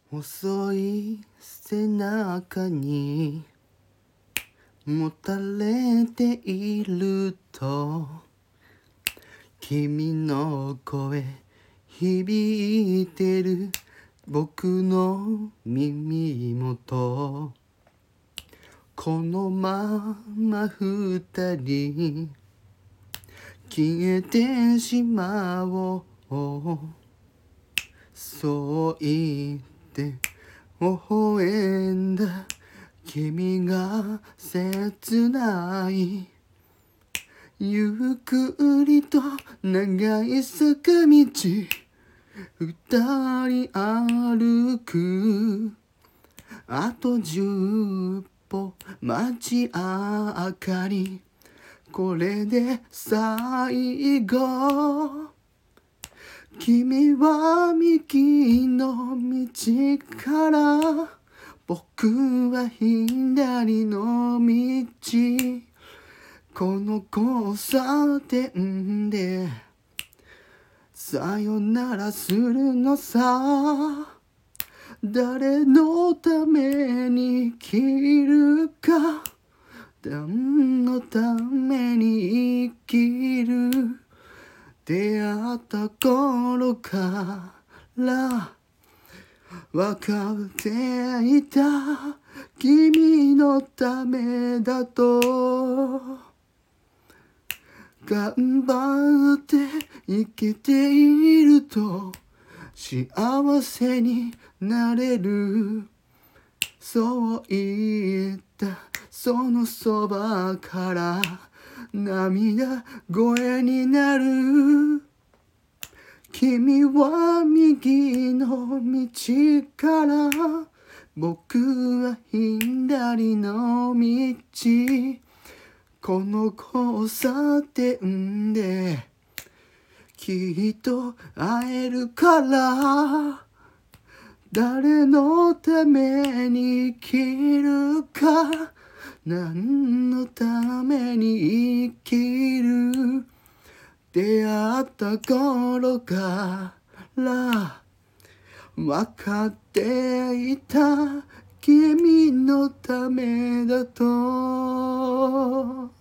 細い背中にもたれていると君の声響いてる僕の耳元このまま二人消えてしまおうそう言って微笑んだ君が切ないゆっくりと長い坂道二人歩くあと10歩街明かりこれで最後君は右の道から僕は左の道この交差点でさよならするのさ誰のために生きるか何のために生きる出会った頃から分かっていた君のためだと頑張って生きていると幸せになれるそう言ったそのそばから涙声になる君は右の道から僕は左の道この交差点できっと会えるから誰のために生きるか何のために生きる出会った頃から分かっていた君のためだと